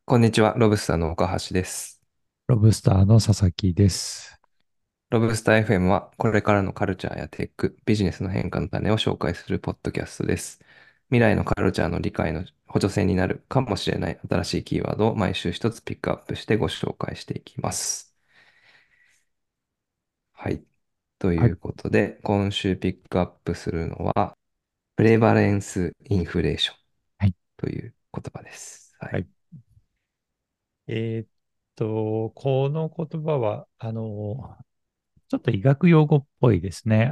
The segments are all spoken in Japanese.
こんにちは、ロブスターの岡橋です。 ロブスターの佐々木です。 ロブスター FM は、これからのカルチャーやテック、ビジネスの変化の種を紹介するポッドキャストです。未来のカルチャーの理解の補助線になるかもしれない新しいキーワードを毎週一つピックアップしてご紹介していきます。はい。とはい。 いうことで、今週ピックアップするのは、プレバレンスインフレーションはい。 という言葉です。はい。 はい。この言葉は、ちょっと医学用語っぽいですね。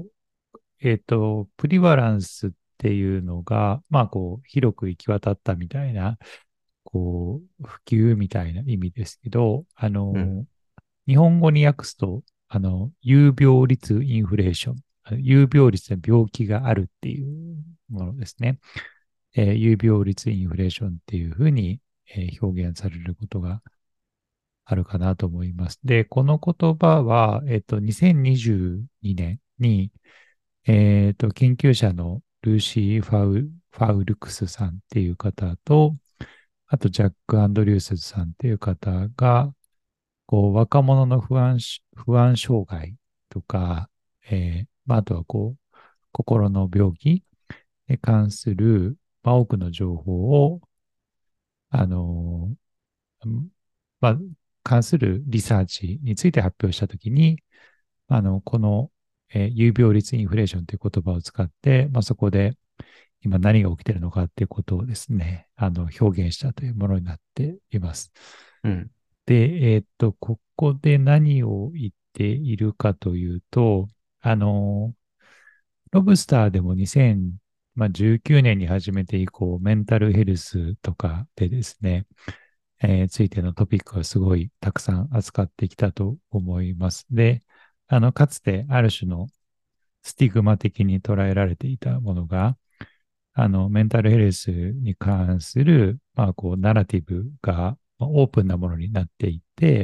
プリバランスっていうのが、広く行き渡ったみたいな、普及みたいな意味ですけど、 うん。 日本語に訳すと、有病率インフレーション。有病率の病気があるっていうものですね。有病率インフレーションっていうふうに、表現されることがあるかなと思います。で、この言葉は、2022年に、研究者のルーシー・ファウルクスさんっていう方と、あとジャック・アンドリュースさんっていう方が、若者の不安障害とか、あとは心の病気に関する、多くの情報を、あのまあ、関するリサーチについて発表したときに、この、有病率インフレーションという言葉を使って、そこで今何が起きているのかっていうことをですね、表現したというものになっています。 うん。 で、ここで何を言っているかというと、あの、ロブスターでも2019年に始めて以降、メンタルヘルスとかでですね、ついてのトピックがすごいたくさん扱ってきたと思います。で、かつてある種のスティグマ的に捉えられていたものが、メンタルヘルスに関する、ナラティブがオープンなものになっていって、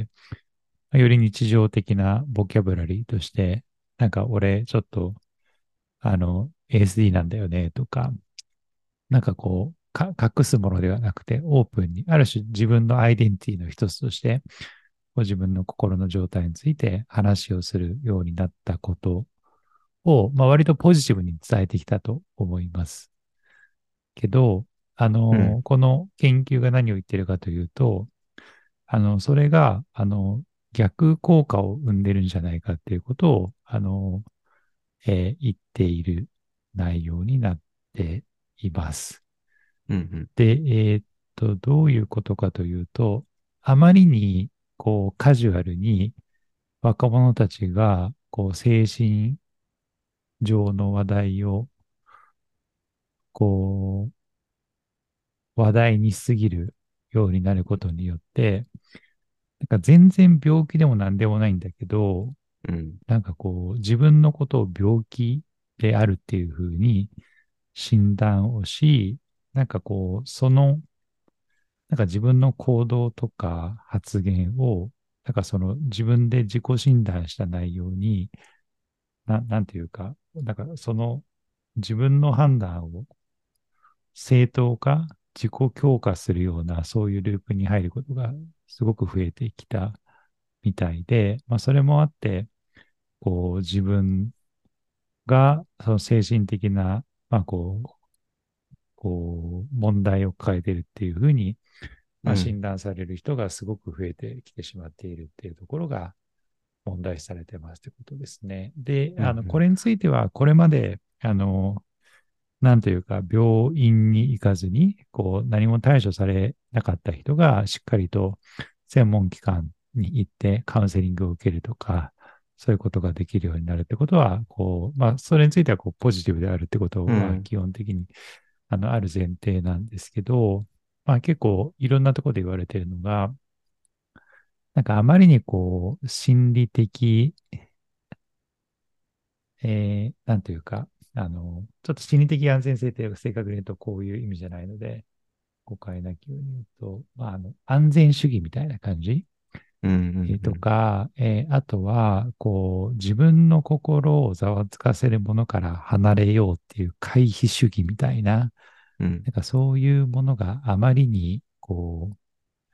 より日常的なボキャブラリーとして、なんか俺ちょっと、ASD なんだよねとか、隠すものではなくて、オープンに、ある種自分のアイデンティティの一つとして、ご自分の心の状態について話をするようになったことを、割とポジティブに伝えてきたと思います。けど、 うん。 この研究が何を言っているかというと、それが、逆効果を生んでるんじゃないかっていうことを、言っている内容になっています。 うん。 で、どういうことかというと、あまりに、カジュアルに若者たちが、精神上の話題を、こ話題にしすぎるようになることによって、全然病気でも何でもないんだけど、 うん。 自分のことを病気であるっていうふうに診断をし、自分の行動とか発言を、その自分で自己診断した内容に、なんていうか、その自分の判断を正当化、自己強化するような、そういうループに入ることがすごく増えてきたみたいで、それもあって、自分がその精神的な、問題を抱えているっていうふうに、 うん。 診断される人がすごく増えてきてしまっているっていうところが問題視されてますということですね。で、 うん。 これについては、これまで、なんというか、病院に行かずに、何も対処されなかった人が、しっかりと専門機関に行ってカウンセリングを受けるとか、そういうことができるようになるってことは、それについては、ポジティブであるってことは、 うん。 基本的に、ある前提なんですけど、結構、いろんなところで言われているのが、あまりに心理的、なんというか、ちょっと心理的安全性って正確に言うとこういう意味じゃないので、誤解なきように言うと、安全主義みたいな感じ、 うん。うん。 とか、あとは、自分の心をざわつかせるものから離れようっていう回避主義みたいな、 うん。 そういうものがあまりに、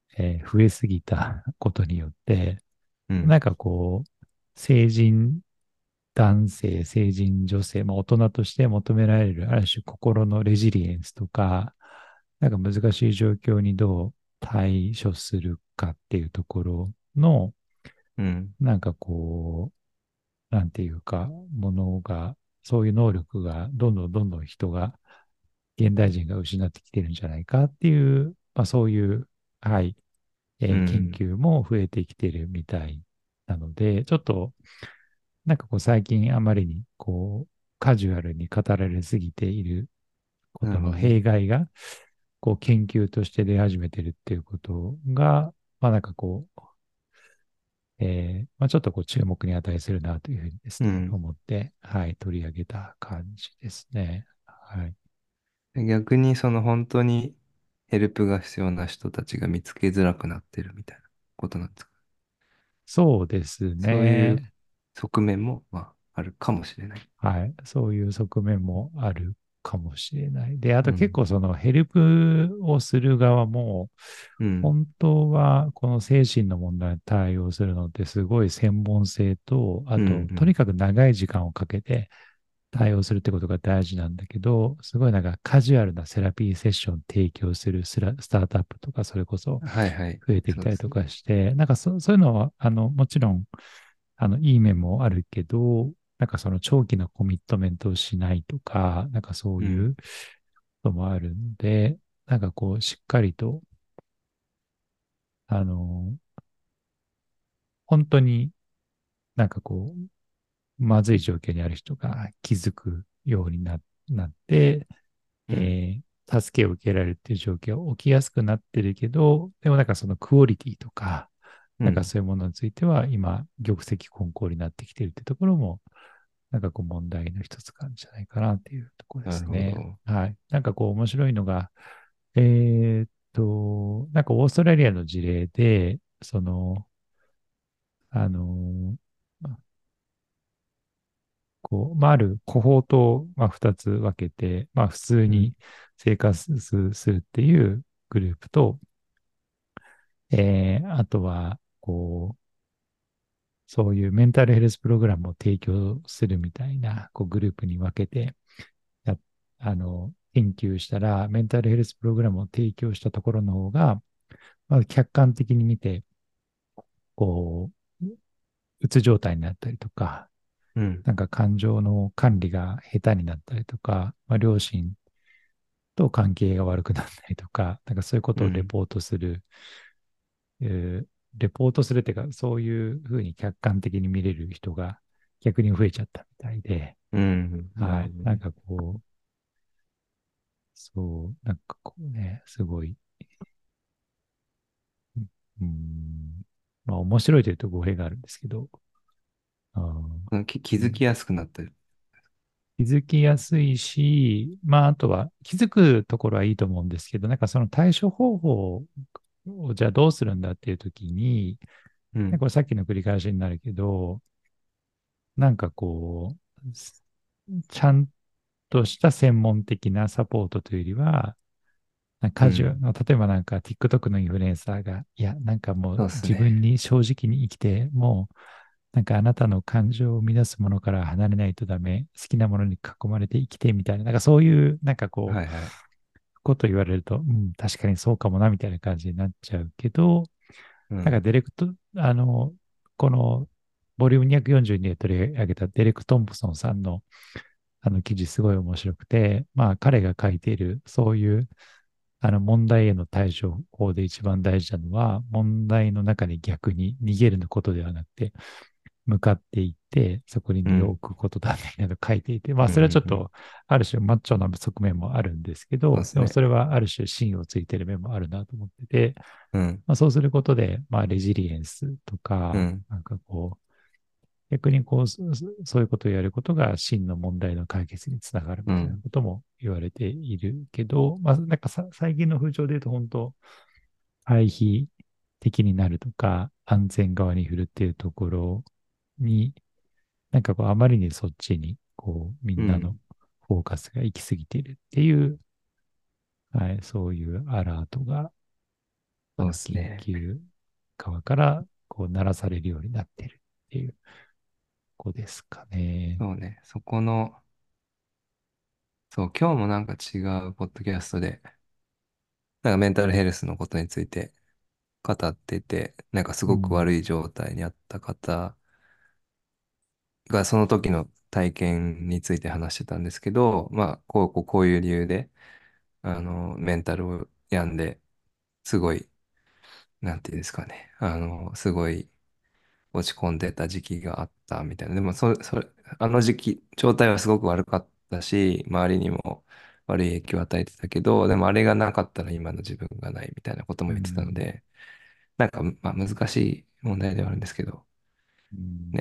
増えすぎたことによって、 うん。 なんかこう、成人男性、成人女性、まあ、大人として求められる、ある種心のレジリエンスとか、なんか難しい状況にどう対処するかっていうところの、 うん。 なんかこう、なんていうか、ものが、そういう能力がどんどん人が、現代人が失ってきてるんじゃないかっていう、まあそういう、はい、研うん。 究も増えてきてるみたいなので、ちょっとなんかこう最近あまりにこうカジュアルに語られすぎていることのなるほどね。 弊害がこう研究として出始めてるっていうことが、まあなんかこう、まあちょっとこう注目に値するなというふうにですね、 うん。 思って、はい、取り上げた感じですね。はい。 逆にその本当にヘルプが必要な人たちが見つけづらくなってるみたいなことなんですか？ そうですそういうね。 側面も、まあ、あるかもしれない。 はい。そういう側面もあるかもしれない。で、あと結うん。 構そのヘルプをする側も、 うん。 本当はこの精神の問題に対応するのってすごい専門性と、あうん。うと、とにん。 かく長い時間をかけて対応するってことが大事なんだけど、すごいなんかカジュアルなセラピーセッション提供するスタートアップとか、それこそはいはい。 増えてきたりとそうですね。 かして、なんかそういうのは、もちろん、いい面もあるけど、なんかその長期のコミットメントをしないとか、なんかそううん。 いうこともあるので、なんかこう、しっかりと、あの、本当になんかこう、まずい状況にある人が気づくようになって、 うん。 助けを受けられるっていう状況が起きやすくなってるけど、でもなんかそのクオリティとか、なんかうん。 そういうものについては今、玉石混交になってきてるってところも、なんかこう問題の一つなんじゃないかなっていうところでなすね。 るほど。 はい。なんかこう面白いのが、なんかオーストラリアの事例で、あの、こう、まあ、あるコホートを、まあ、2つ分けて、まあ、普通うん。 に生活するっていうグループと、あとは、こう、そういうメンタルヘルスプログラムを提供するみたいな、こう、グループに分けて、や、研究したら、メンタルヘルスプログラムを提供したところの方が、まず客観的に見て、こう、うつ状態になったりとか、 うん。 なんか感情の管理が下手になったりとか、まあ、両親と関係が悪くなったりとか、なんかそういうことをレうん。 ポートする、レポートするっていうか、そういうふうに客観的に見れる人が逆に増えちゃったみたいで、 うん。なるはい。 ほどね。 なんかこう、そう、なんかこうね、すごい、うん、まあ面白いというと語弊があるんですけど、あー気づきやすくなったり。 気づきやすいし、まああとは気づくところはいいと思うんですけど、なんかその対処方法をじゃあどうするんだっていう時に、ね、 うん。 これさっきの繰り返しになるけど、なんかこう、ちゃんとした専門的なサポートというよりは、なんかカジュアルうん。 例えばなんか TikTok のインフルエンサーが、いや、なんかもそうう自ですね。 分に正直に生きて、もうなんかあなたの感情を生み出すものから離れないとダメ、好きなものに囲まれて生きてみたいな、なんかそういうなんかこう、 はいはい。 こと言われると、うん、確かにそうかもなみたいな感じになっちゃうけど、なんかうん。 デレクト、このボリューム242で取り上げたデレク・トンプソンさんの記事すごい面白くて、まあ彼が書いているそういう問題への対処法で一番大事なのは、問題の中に逆に逃げることではなくて、向かっていって、そこに身をうん。 置くことだみたいなの書いていて、まあうん。 それはちょっうん。 と、ある種マッチョな側面もあるんですけど、 そうですね。 でもそれはある種芯をついてる面もあるなと思ってて、 うん。 まあ、そうすることで、まあレジリエンスとか、 うん。 なんかこう、逆にこう、そういうことをやることが真の問題の解決につながるみたいなうん。 ことも言われているけど、まあなんか最近の風潮で言うと本当、回避的になるとか、安全側に振るっていうところに、なんかこう、あまりにそっちに、こう、みんなのうん。 フォーカスが行き過ぎているっていう、はい、そういうアラートがそうで研すね。 究側から、鳴らされるようになってるっていう子ですかね。 そうね。そこの、そう、今日もなんか違うポッドキャストで、なんかメンタルヘルスのことについて語ってて、なんかすごくうん。 悪い状態にあった方がその時の体験について話してたんですけど、まあ、こういう理由で、メンタルを病んで、すごい、なんていうんですかね、すごい落ち込んでた時期があったみたいな。でも、あの時期、状態はすごく悪かったし、周りにも悪い影響を与えてたけど、でもあれがなかったら今の自分がないみたいなこともう言ってたのん。 で、なんか、まあ難しい問題ではあるんですけど、 うん。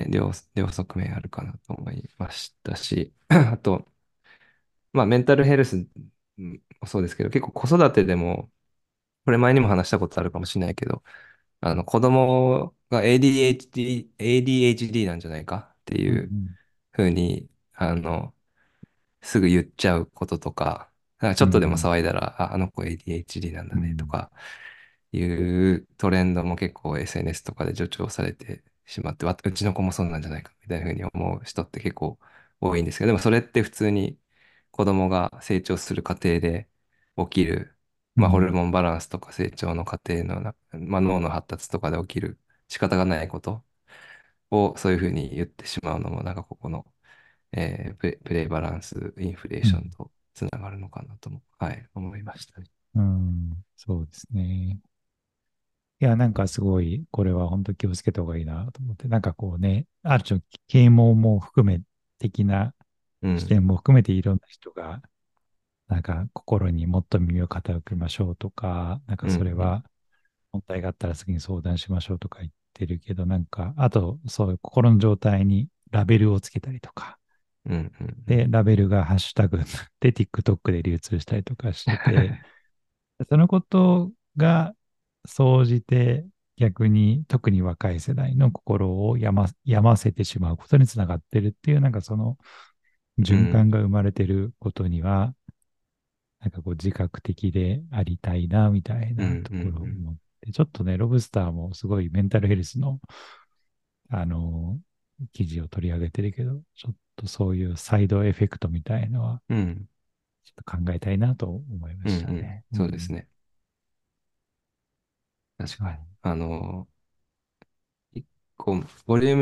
ね、両側面あるかなと思いましたし、あと、まあメンタルヘルスもそうですけど、結構子育てでも、これ前にも話したことあるかもしれないけど、子供が ADHD なんじゃないかってうん。ういうん。 ふうに、すぐ言っちゃうこととか、なんかちうょっとでもん。 騒いだら、あの子 ADHD なんだうん。 ねとか、いうトレンドも結構 SNS とかで助長されてしまって、うちの子もそうなんじゃないかみたいなふうに思う人って結構多いんですけど、でもそれって普通に子供が成長する過程で起きる、まあ、ホルうん。 モンバランスとか成長の過程のまあ、脳の発達とかで起きる仕方がないことをそういうふうに言ってしまうのも、なんかここの、プレイバランスインフレーうん。 ションとつながるのかなとも、はい、思いましたね。 うん。そうですね。いや、なんかすごい、これは本当気をつけた方がいいなと思って、なんかある種、啓蒙も含め、的なうん、 視点も含めていろんな人が、なんか心にもっと耳を傾けましょうとか、なんかうん、 それは問題があったら次に相談しましょうとか言ってるけど、なんか、あと、そういう心の状態にラベルをつけたりとか、 うん、うん、うん。 で、ラベルがハッシュタグで TikTok で流通したりとかしてて、そのことが総じて逆に特に若い世代の心を病ませてしまうことにつながってるっていう、なんかその循環うん、 が生まれてることには、なんか自覚的でありたいな、みたいうん、うん、 なところをうん。 思って、ちょっとね、ロブスターもすごいメンタルヘルスの、あの、記事を取り上げてるけど、ちょっとそういうサイドエフェクトみたいのは、 うん、 ちょっと考えたいなと思いまうん、 したうん。 ね。うん。 そうですね。確かに。 はい。 一個、ボリューム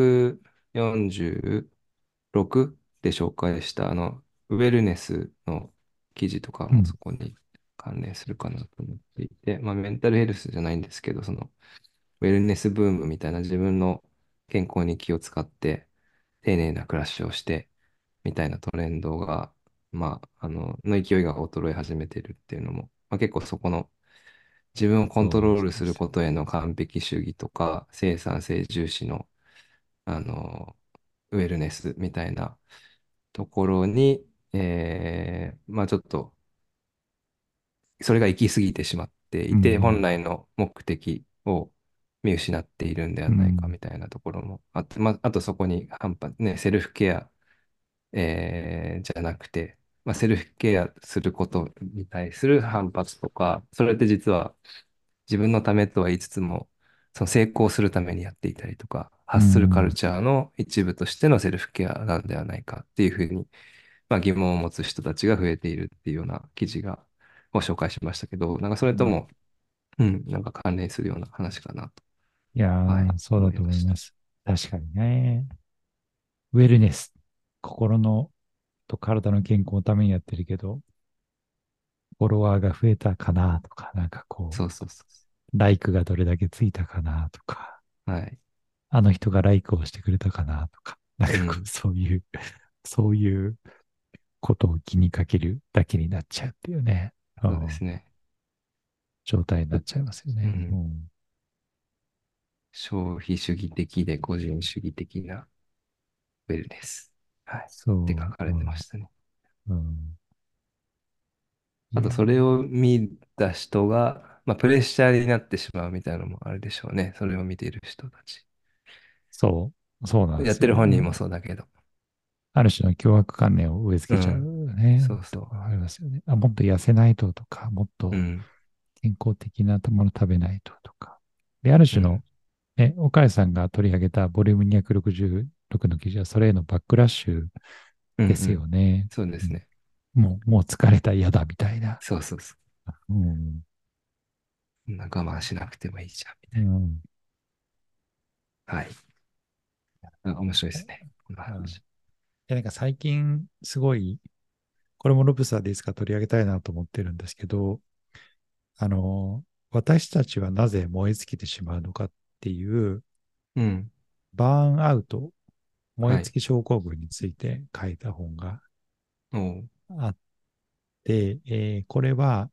246で紹介した、ウェルネスの記事とかうん。 もそこに関連するかなと思っていて、まあ、メンタルヘルスじゃないんですけど、ウェルネスブームみたいな自分の健康に気を使って、丁寧な暮らしをして、みたいなトレンドが、まあ、の勢いが衰え始めてるっていうのも、まあ、結構そこの自分をコントそうロールするですよことへの完璧主義とか、生産性重視の、あの、ウェルネスみたいなところに、まあちょっと、それが行き過ぎてしまってういて、本ん。 来の目的を見失っているんではないかうん。 みたいなところもあって、まあ、あとそこにね、セルフケア、じゃなくて、まあ、セルフケアすることに対する反発とか、それって実は自分のためとは言いつつも、その成功するためにやっていたりとか、ハうッスルカルん。 チャーの一部としてのセルフケアなんではないかっていうふうに、まあ、疑問を持つ人たちが増えているっていうような記事を紹介しましたけど、なんかそれうん。 とも、うん、なんか関連するような話かなと、 いやはい、 ー、そうだと思いました。 思います。確かにね。ウェルネス。心のと体の健康のためにやってるけど、フォロワーが増えたかなとか、なんかそうそうそライクがどれだけついたかなとか、 う。はい。 あの人がライクをしてくれたかなとか、なんかうん、 そういうことを気にかけるだけになっちゃうっていうね、 そうですね。 状態になっちゃいますよね。ううん。 ん、 消費主義的で個人主義的なウェルネス。はい。って書そかう、 れてましたね。 うん、いあと、 や、 それを見た人が、まあ、プレッシャーになってしまうみたいなのもあるでしょうね。それを見ている人たち。 そうなんでやってるすよ。 本人もそうだけど。 ある種の凶悪観念を植え付けちゃううん。 ね、 そうそところがありますよね。あ、もっと痩せないととか、もっとう。うん。 健康的なもの食べないととか。で、ある種の、 うん。 岡谷さんが取り上げたボリューム266の記事は、それへのバックラッシュですうんうん。 よね。うん、 そうですね。 もう疲れた、嫌だ、みたいな。 そうそうそうん。 う。我慢しなくてもいいじゃん、みたいうん。 な。はい。面白いですね。このうん。 話。 なんか最近、すごい、これもロブスターでいつか取り上げたいなと思ってるんですけど、あの、私たちはなぜ燃え尽きてしまうのかっていう、 うん。 バーンアウト、燃えはい。 尽き症候群について書いた本がおう。 あって、これは、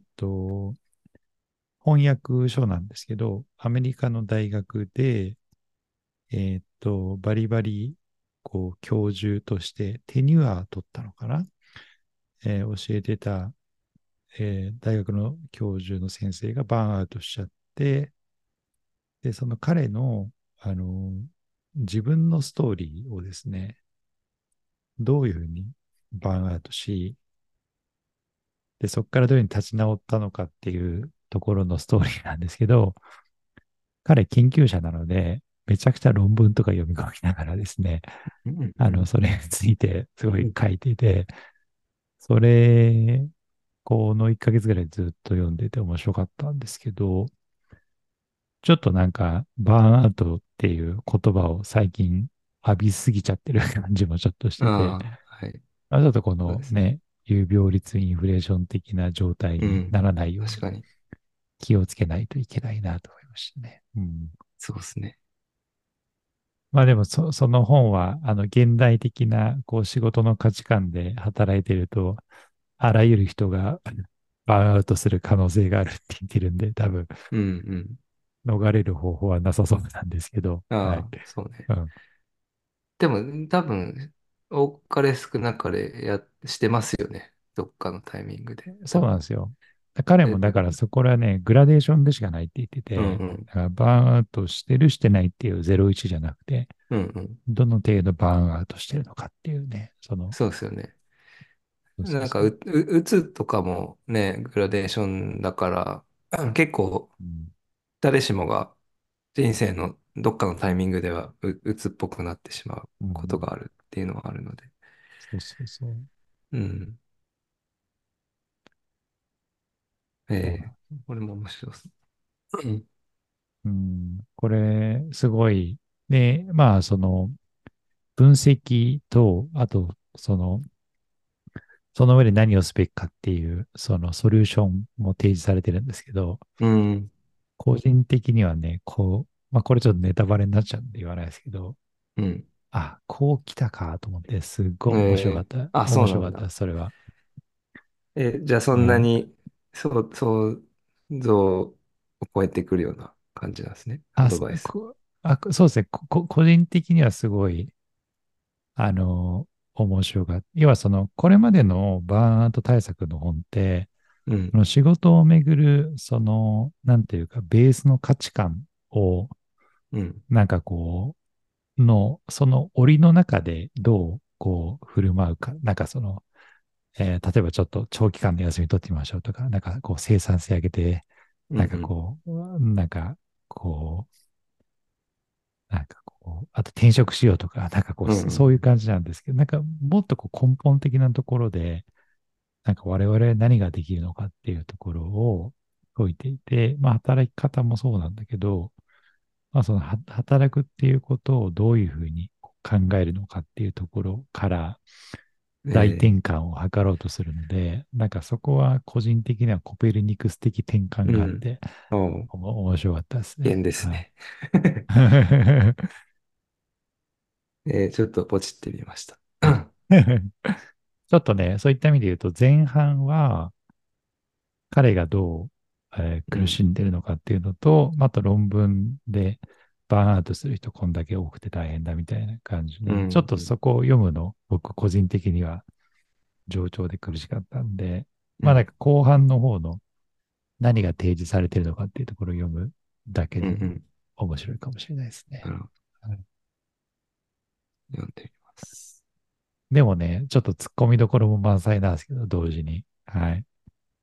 翻訳書なんですけど、アメリカの大学で、バリバリ、こう、教授としてテニュア取ったのかな、教えてた、大学の教授の先生がバーンアウトしちゃって、で、その彼の、あの、自分のストーリーをですね、どういうふうにバーンアウトし、で、そこからどういうふうに立ち直ったのかっていうところのストーリーなんですけど、彼研究者なので、めちゃくちゃ論文とか読み込みながらですね、 うんうん。 それについてすごい書いていて、それ、この1ヶ月ぐらいずっと読んでて面白かったんですけど、ちょっとなんか、バーンアウトっていう言葉を最近浴びすぎちゃってる感じもちょっとしてて、 ああ、はい。 ちょっとこそうですね。 のね、有病率インフレーション的な状態うん。 にならないように確かに。 気をつけないといけないなと思いましたね。うん。 そうですね。 まあでもその本は、現代的な、こう、仕事の価値観で働いていると、あらゆる人がバーンアウトする可能性があるって言ってるんで、多分、 うんうん。 逃れる方法はなさそうなんですけど、はい。 ああ、そうね。 うん。 でも、多分、多かれ少なかれしてますよね。どっかのタイミングで。 そ多分。 うなんですよ。彼もだからそこらね、グラデーションでしかないって言ってて、 うんうん。 だからバーンアウトしてるしてないっていう01じゃなくて、 うんうん。 どの程度バーンアウトしてるのかっていうね、 そうですよね。 そうそうなんかそう。 うつとかもね、グラデーションだから、結構うん。 誰しもが人生のどっかのタイミングではうつっぽくなってしまううん。 ことがあるっていうのはあるので。 そうそうそう。 うん。 そうなん。 これも面白そう。うん。 うん。これ、すごい、ね、まあ、分析と、あと、その上で何をすべきかっていう、そのソリューションも提示されてるんですけど、 うん。 個人的にはね、まあこれちょっとネタバレになっちゃうんで言わないですけど、 うんこう来たかと思って、すっごい面白かった。 あ、そうなんだ。 面白かった、それは。 じゃあそんなはい。 に、想像を超えてくるような感じなんですね。アあ、 ドバイス。 そうですね。個人的にはすごい、あの、面白かった。要はこれまでのバーンアウト対策の本って、 うん。 この仕事をめぐる、なんていうか、ベースの価値観を、 うん。 なんかこその檻の中でどう、こう、振る舞うか。なんか例えばちょっと長期間の休み取ってみましょうとか、なんかこう、生産性上げて、なんかうんうん。 こう、なんかこあと転職しようとか、なんかこう、 うんうん。 そういう感じなんですけど、なんかもっとこう根本的なところで、なんか我々何ができるのかっていうところを解いていて、まあ働き方もそうなんだけど、まあ働くっていうことをどういうふうに考えるのかっていうところから大え転換を図ろうとするので、なんかそこは個人的にはコペルニクス的転換うん。 があって、 おう、 面白かったです危険ね。はい。 ですね。ちょっとポチってみました。 ちょっとね、そういった意味で言うと、前半は彼がどう、苦うん。 しんでるのかっていうのと、あと論文でバーンアウトする人こんだけ多くて大変だみたいな感じで、ちょっうん。うん。 とそこを読むの、僕個人的には冗長で苦しかったんで、まあなんうん。 か後半の方の何が提示されてるのかっていうところを読むだけでもうん。 面白いかもしれないですね。 なるほど。 はい。 読んでみます。 でもね、ちょっと突っ込みどころも満載なんですけど、同時に。はい。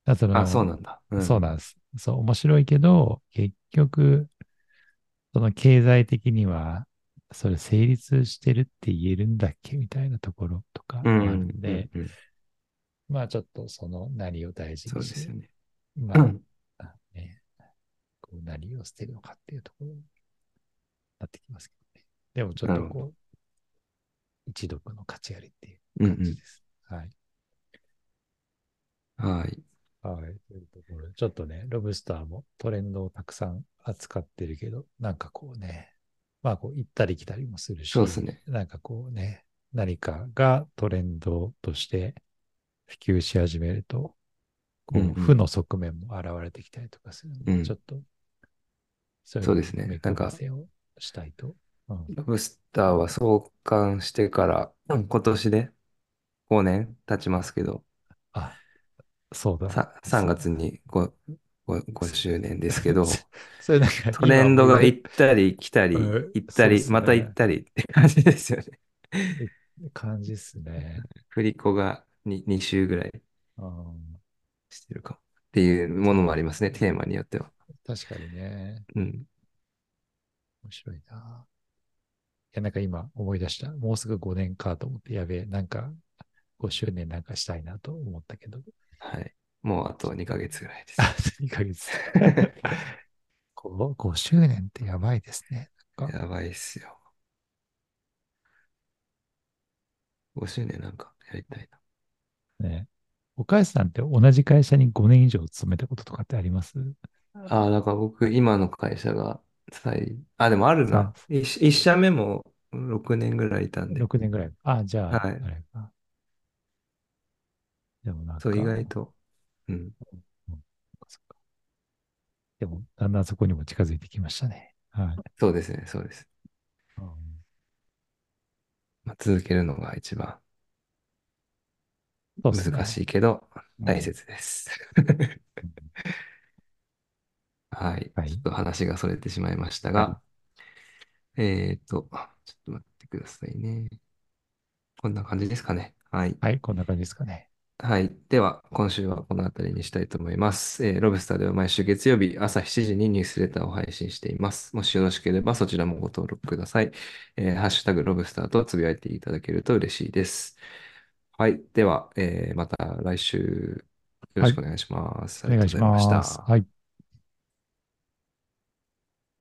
そあ、そうの、 なんだ。うん。 そうなんです。そう、面白いけど、結局、その経済的には、それ成立してるって言えるんだっけみたいなところとかもあるうん、うん、 んで、 うん。 まあちょっとその何を大事にして、 そうですよね。うまん。 あ、ね、こう何を捨てるのかっていうところになってきますけどね。でもちょっなるほど。 とこう、一読の価値ありっていううん、 感じです。はい。 うん。はい。 はい。というところで、ちょっとね、ロブスターもトレンドをたくさん扱ってるけど、なんかこうね、まあこう行ったり来たりもするし、 そうですね。 なんかこうね、何かがトレンドとして普及し始めると、 うん、 こう負うん。 の側面も現れてきたりとかするんで、ちょうん。 っとそういうのそうですね。 も目なんか、 配せをしたいと。うん。 ロブスターは創刊してから、今年で5年経ちますけど、 あ、そうだ。 3月に5周年ですけど、 それなんかトレ今ンドが思い出、 行ったり来たり、 うん、そうっ行ったり、また行っすね。 たりって感じですよね。 感じっすね。 振り子が2週ぐらいうん、 してるかも。っていうものそうもありますね、テーマによっては。 確かにね。 うん。 面白いな。いや、なんか今思い出した。もうすぐ5年かと思って、やべえ、なんか5周年なんかしたいなと思ったけど、 はい。もうあと2 ちょっと、 ヶ月ぐらいであ、 す。 2ヶ月。5周年ってやばいですね。なんか、 やばいっすよ。5周年なんかやりたいな。 ね。岡安さんって同じ会社に5年以上勤めたこととかってあります？ ああ、だから僕、今の会社がでもあるさ、 な。一社目も6年ぐらいいたんで。 6年ぐらい。あ、じゃあ、 はい。 あれか。でもなんそう、意か、 外と。うん。 うん、そっか。でも、だんだんそこにも近づいてきましたね。はい。 そうですね、そうです。 うん、 まあ、続けるのが一番そうです難ね。 しいけど、大うん。 切です。 うん、 はい。 はい。 ちょっと話がそれてしまいましたはい。 が、ちょっと待ってくださいね。こんな感じですかね。はい。 はい。こんな感じですかね。 はい。では、今週はこの辺りにしたいと思います。ロブスターでは毎週月曜日朝7時にニュースレターを配信しています。もしよろしければそちらもご登録ください。ハッシュタグロブスターとつぶやいていただけると嬉しいです。はい。では、また来週よろはい。 しくお願いします。ありがとうお願いしございまします。はた。 い。